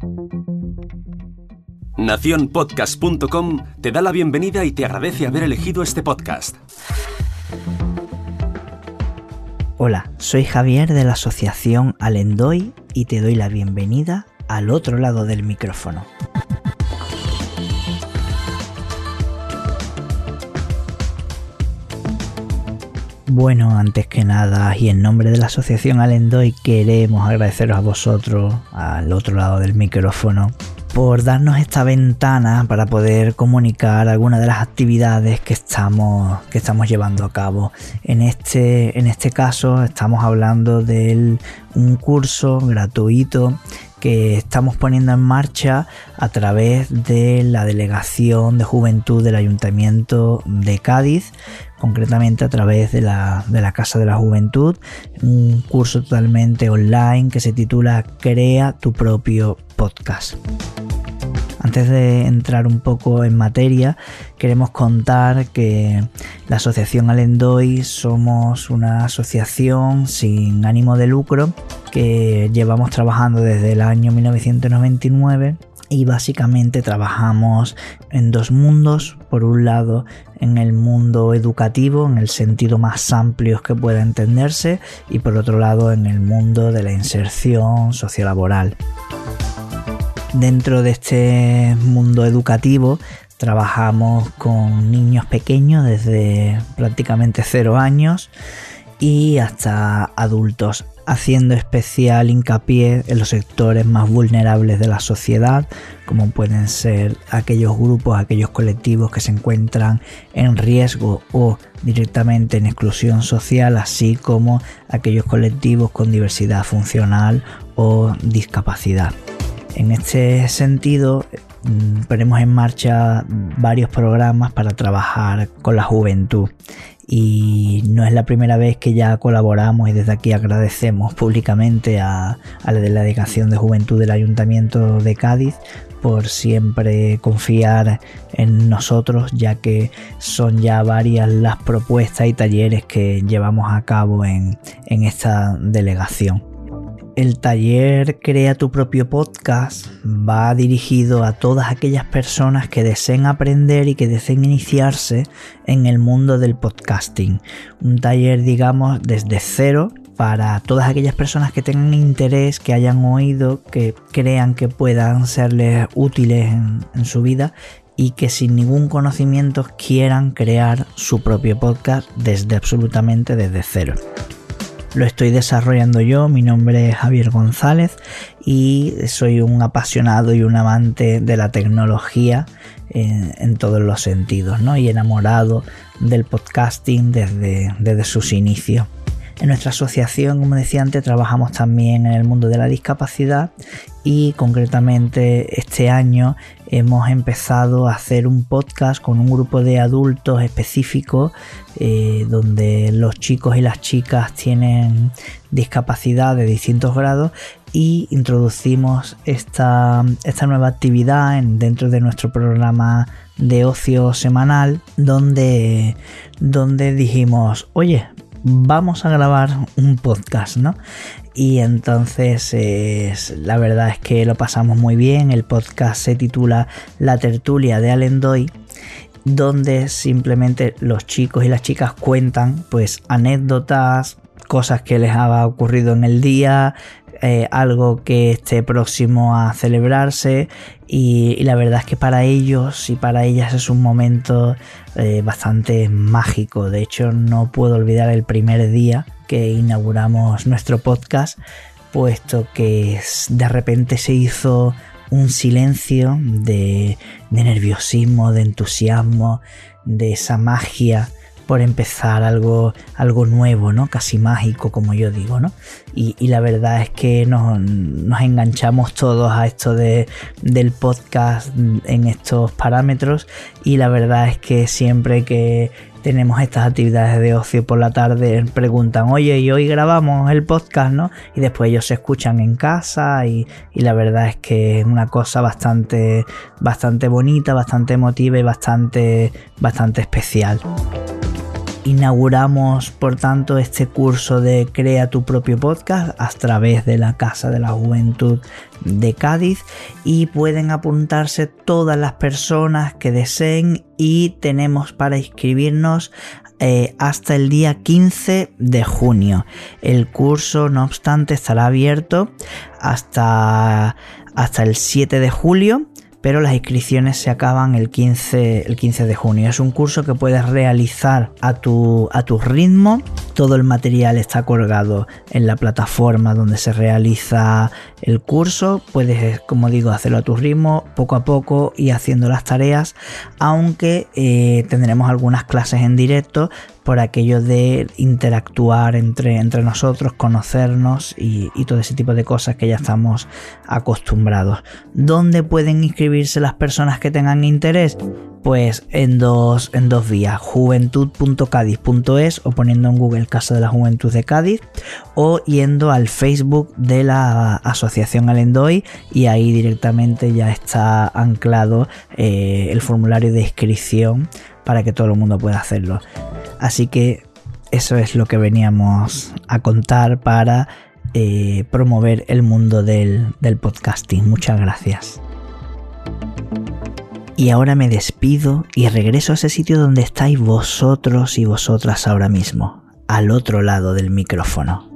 Nacionpodcast.com te da la bienvenida y te agradece haber elegido este podcast. Hola, soy Javier de la asociación Alendoy y te doy la bienvenida al otro lado del micrófono. Bueno, antes que nada y en nombre de la asociación Alendoy queremos agradeceros a vosotros, al otro lado del micrófono, por darnos esta ventana para poder comunicar algunas de las actividades que estamos llevando a cabo. En este caso estamos hablando de un curso gratuito que estamos poniendo en marcha a través de la Delegación de Juventud del Ayuntamiento de Cádiz, concretamente a través de la Casa de la Juventud, un curso totalmente online que se titula Crea tu propio podcast. Antes de entrar un poco en materia, queremos contar que la Asociación Alendoy somos una asociación sin ánimo de lucro que llevamos trabajando desde el año 1999 y básicamente trabajamos en dos mundos. Por un lado, en el mundo educativo, en el sentido más amplio que pueda entenderse, y por otro lado, en el mundo de la inserción sociolaboral. Dentro de este mundo educativo trabajamos con niños pequeños desde prácticamente 0 años y hasta adultos, haciendo especial hincapié en los sectores más vulnerables de la sociedad, como pueden ser aquellos grupos, aquellos colectivos que se encuentran en riesgo o directamente en exclusión social, así como aquellos colectivos con diversidad funcional o discapacidad. En este sentido, ponemos en marcha varios programas para trabajar con la juventud y no es la primera vez que ya colaboramos, y desde aquí agradecemos públicamente a la Delegación de Juventud del Ayuntamiento de Cádiz por siempre confiar en nosotros, ya que son ya varias las propuestas y talleres que llevamos a cabo en esta delegación. El taller Crea tu propio podcast va dirigido a todas aquellas personas que deseen aprender y que deseen iniciarse en el mundo del podcasting. Un taller, digamos, desde cero para todas aquellas personas que tengan interés, que hayan oído, que crean que puedan serles útiles en su vida y que sin ningún conocimiento quieran crear su propio podcast desde cero. Lo estoy desarrollando yo, mi nombre es Javier González y soy un apasionado y un amante de la tecnología en todos los sentidos, ¿no? Y enamorado del podcasting desde sus inicios. En nuestra asociación, como decía antes, trabajamos también en el mundo de la discapacidad y concretamente este año hemos empezado a hacer un podcast con un grupo de adultos específicos donde los chicos y las chicas tienen discapacidad de distintos grados y introducimos esta nueva actividad dentro de nuestro programa de ocio semanal donde dijimos, oye, vamos a grabar un podcast, ¿no? Y entonces la verdad es que lo pasamos muy bien. El podcast se titula La Tertulia de Alendoy, donde simplemente los chicos y las chicas cuentan pues anécdotas, cosas que les ha ocurrido en el día, algo que esté próximo a celebrarse y la verdad es que para ellos y para ellas es un momento bastante mágico. De hecho, no puedo olvidar el primer día que inauguramos nuestro podcast, puesto que de repente se hizo un silencio de nerviosismo, de entusiasmo, de esa magia por empezar algo nuevo, ¿no? Casi mágico, como yo digo, ¿no? Y la verdad es que nos enganchamos todos a esto del podcast en estos parámetros, y la verdad es que siempre que tenemos estas actividades de ocio por la tarde preguntan, oye, y hoy grabamos el podcast, ¿no? Y después ellos se escuchan en casa y la verdad es que es una cosa bastante bonita, bastante emotiva y bastante especial. Inauguramos, por tanto, este curso de Crea tu propio podcast a través de la Casa de la Juventud de Cádiz, y pueden apuntarse todas las personas que deseen, y tenemos para inscribirnos hasta el día 15 de junio. El curso, no obstante, estará abierto hasta el 7 de julio, pero las inscripciones se acaban el 15 de junio. Es un curso que puedes realizar a tu ritmo. Todo el material está colgado en la plataforma donde se realiza el curso. Puedes, como digo, hacerlo a tu ritmo, poco a poco, y haciendo las tareas, aunque tendremos algunas clases en directo por aquello de interactuar entre nosotros, conocernos y todo ese tipo de cosas que ya estamos acostumbrados. ¿Dónde pueden inscribirse las personas que tengan interés? Pues en dos vías: juventud.cádiz.es, o poniendo en Google Casa de la Juventud de Cádiz, o yendo al Facebook de la Asociación Alendoy, y ahí directamente ya está anclado el formulario de inscripción para que todo el mundo pueda hacerlo. Así que eso es lo que veníamos a contar para promover el mundo del podcasting. Muchas gracias. Y ahora me despido y regreso a ese sitio donde estáis vosotros y vosotras ahora mismo, al otro lado del micrófono.